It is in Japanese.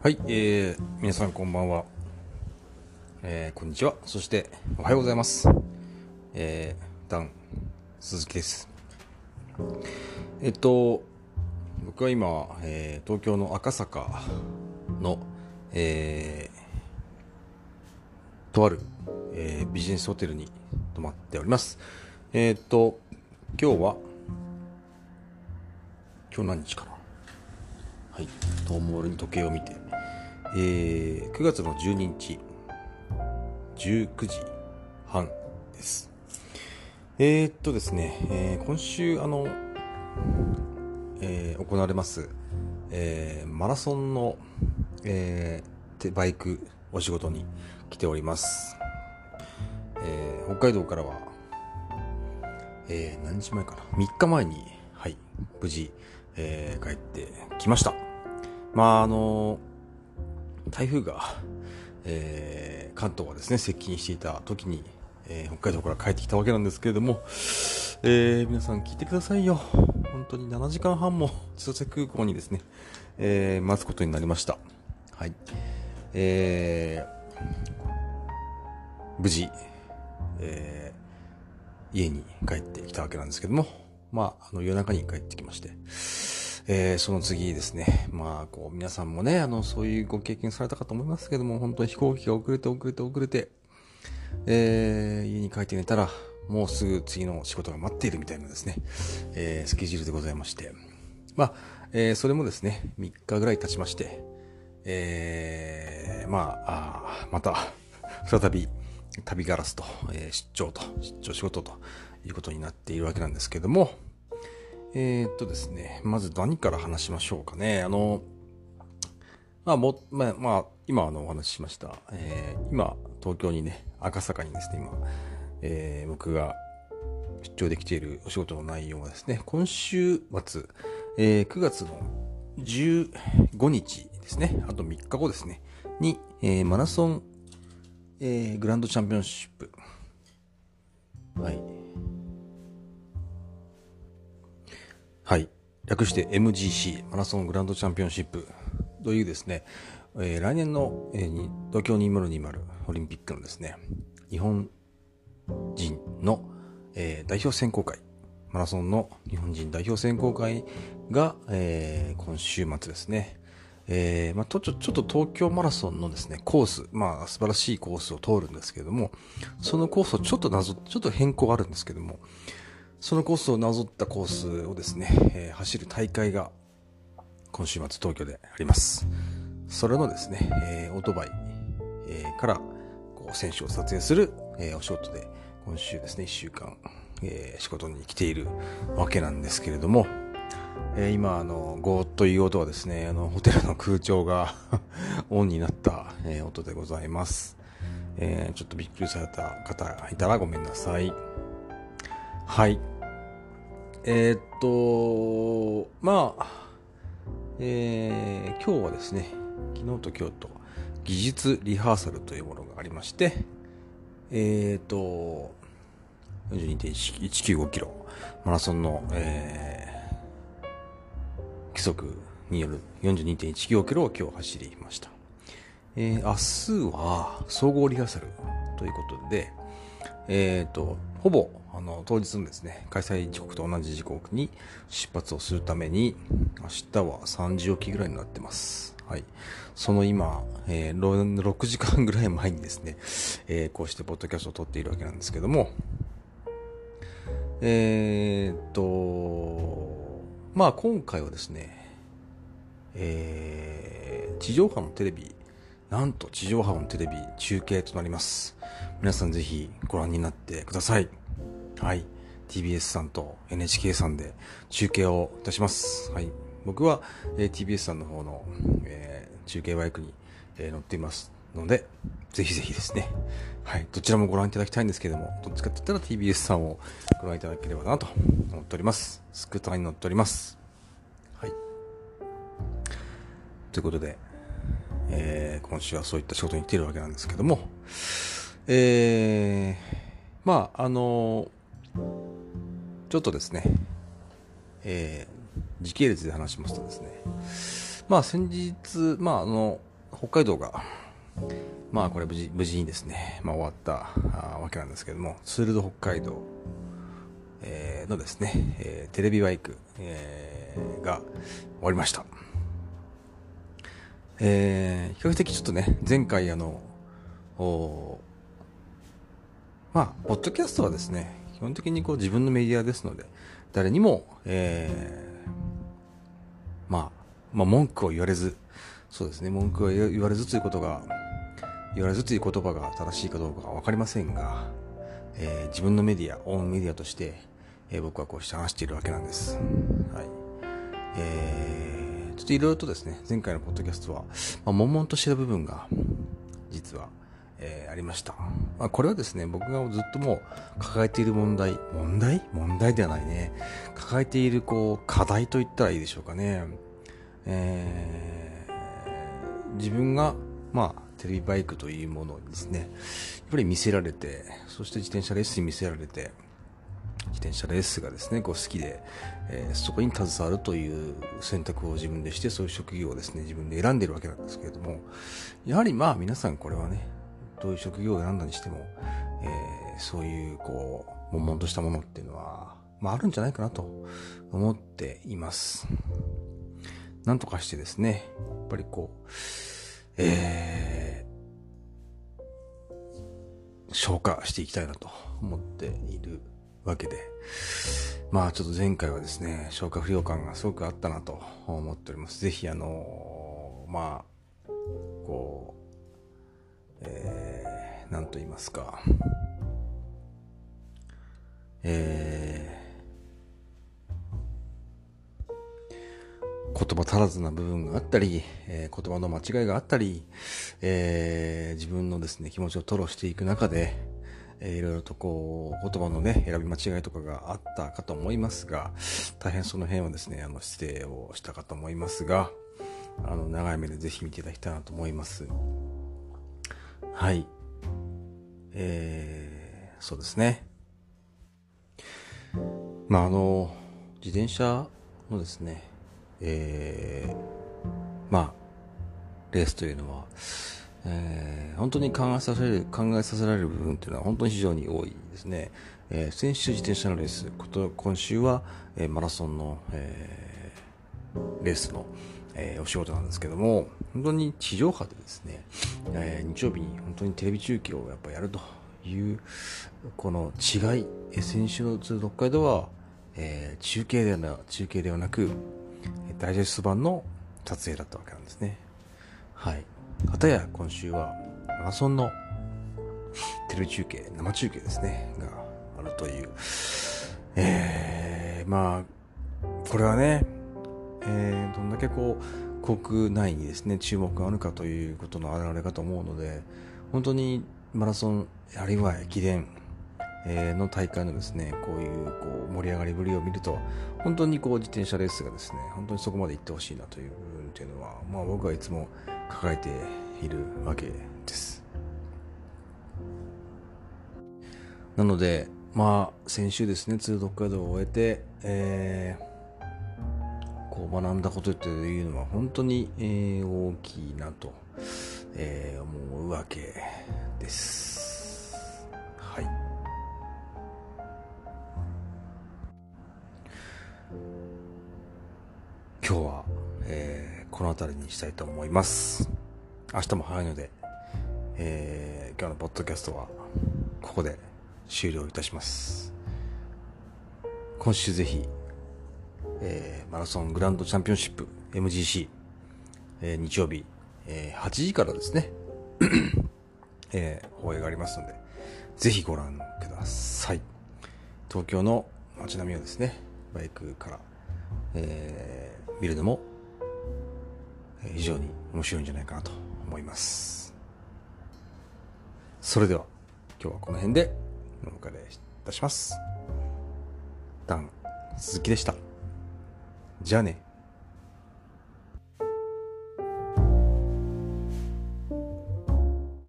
はい、皆さんこんばんは、こんにちは、そしておはようございます。ダン鈴木です。僕は今、東京の赤坂の、えとある、ビジネスホテルに泊まっております。今日は何日かな。はい、遠目に時計を見て、9月の12日19時半です。ですね、今週行われます、マラソンの、バイクお仕事に来ております。北海道からは、何日前かな、3日前に、はい、無事、帰ってきました。台風が、関東がですね接近していた時に、北海道から帰ってきたわけなんですけれども、皆さん聞いてくださいよ。本当に7時間半も千歳空港にですね、待つことになりました。はい、無事、家に帰ってきたわけなんですけども、夜中に帰ってきまして、その次ですね、皆さんもね、そういうご経験されたかと思いますけども、本当に飛行機が遅れて、家に帰って寝たら、もうすぐ次の仕事が待っているみたいなですね、スケジュールでございまして、それもですね、3日ぐらい経ちまして、また、再び、旅ガラスと、出張仕事ということになっているわけなんですけども、ですね、まず何から話しましょうかね。今お話ししました。今、東京にね、赤坂にですね、僕が出張できているお仕事の内容はですね、今週末、9月の15日ですね、あと3日後ですね、に、マラソン、グランドチャンピオンシップ。はい。はい。略して MGC、マラソングランドチャンピオンシップというですね、来年の、東京2020オリンピックのですね、日本人の、代表選考会、マラソンの日本人代表選考会が、今週末ですね。ちょっと東京マラソンのですね、コース、素晴らしいコースを通るんですけれども、そのコースをちょっと変更あるんですけども、そのコースをなぞったコースをですね、走る大会が今週末東京であります。それのですね、オートバイ、からこう選手を撮影する、お仕事で今週ですね1週間、仕事に来ているわけなんですけれども、今ゴーッという音はですね、ホテルの空調がオンになった、音でございます。ちょっとびっくりされた方がいたらごめんなさい。はい。今日はですね、昨日と今日と技術リハーサルというものがありまして、42.195 キロマラソンの、規則による 42.195 キロを今日走りました。明日は総合リハーサルということで、ほぼ当日のですね、開催時刻と同じ時刻に出発をするために、明日は3時起きぐらいになってます。はい。その今、6時間ぐらい前にですね、こうしてポッドキャストを撮っているわけなんですけども、今回はですね、地上波のテレビ、なんと地上波のテレビ中継となります。皆さんぜひご覧になってください。はい。TBS さんと NHK さんで中継をいたします。はい。僕は、TBS さんの方の、中継バイクに、乗っていますので、ぜひぜひですね。はい。どちらもご覧いただきたいんですけれども、どっちかって言ったら TBS さんをご覧いただければなと思っております。スクーターに乗っております。はい。ということで、今週はそういった仕事に来ているわけなんですけども、ちょっとですね、時系列で話しますとですね、先日、 北海道が、これ無事にですね、終わったわけなんですけども、ツールド北海道、のですね、テレビバイク、が終わりました。比較的ちょっとね、前回ポッドキャストはですね、基本的に自分のメディアですので、誰にも、文句を言われず、そうですね、文句を言われずという言葉が正しいかどうかはわかりませんが、自分のメディア、オンメディアとして、僕はこうして話しているわけなんです。はい。ちょっといろいろとですね、前回のポッドキャストは、悶々としている部分が、実は、ありました。これはですね、僕がずっともう抱えている問題ではないね。抱えている課題と言ったらいいでしょうかね。自分がテレビバイクというものをですね、やっぱり見せられて、そして自転車レースに見せられて、自転車レースがですね好きで、そこに携わるという選択を自分でして、そういう職業をですね自分で選んでいるわけなんですけれども、やはり皆さんこれはね、どういう職業を選んだにしても、そういう悶々としたものっていうのはあるんじゃないかなと思っています。なんとかしてですね、やっぱり消化していきたいなと思っているわけで、ちょっと前回はですね、消化不良感がすごくあったなと思っております。ぜひなんと言いますか、言葉足らずな部分があったり、言葉の間違いがあったり、自分のですね気持ちを吐露していく中で、いろいろと言葉のね選び間違いとかがあったかと思いますが、大変その辺はですね失礼をしたかと思いますが、長い目でぜひ見ていただきたいなと思います。はい。そうですね。自転車のですね、レースというのは、本当に考えさせられる部分というのは本当に非常に多いですね。先週自転車のレース、今週は、マラソンの、レースの、お仕事なんですけども、本当に地上波でですね、日曜日に本当にテレビ中継をやっぱやるというこの違い、先週のツール北海道は、中継ではなくダイジェスト版の撮影だったわけなんですね。はい。かたや今週はマラソンのテレビ中継、生中継ですねがあるという、これはね、どんだけ国内にですね注目があるかということの表れかと思うので、本当にマラソンあるいは駅伝の大会のですねこういう盛り上がりぶりを見ると、本当に自転車レースがですね本当にそこまで行ってほしいなという部分というのは、僕はいつも抱えているわけです。なので先週ですねツール北海道を終えて、学んだことというのは本当に、大きいなと、思うわけです。はい。今日は、この辺りにしたいと思います。明日も早いので、今日のポッドキャストはここで終了いたします。今週ぜひ、マラソングランドチャンピオンシップ MGC、日曜日、8時からですね、放映がありますので、ぜひご覧ください。東京の街並みをですねバイクから、見るのも、非常に面白いんじゃないかなと思います。それでは今日はこの辺でお別れいたします。ダン鈴木でした。じゃあね。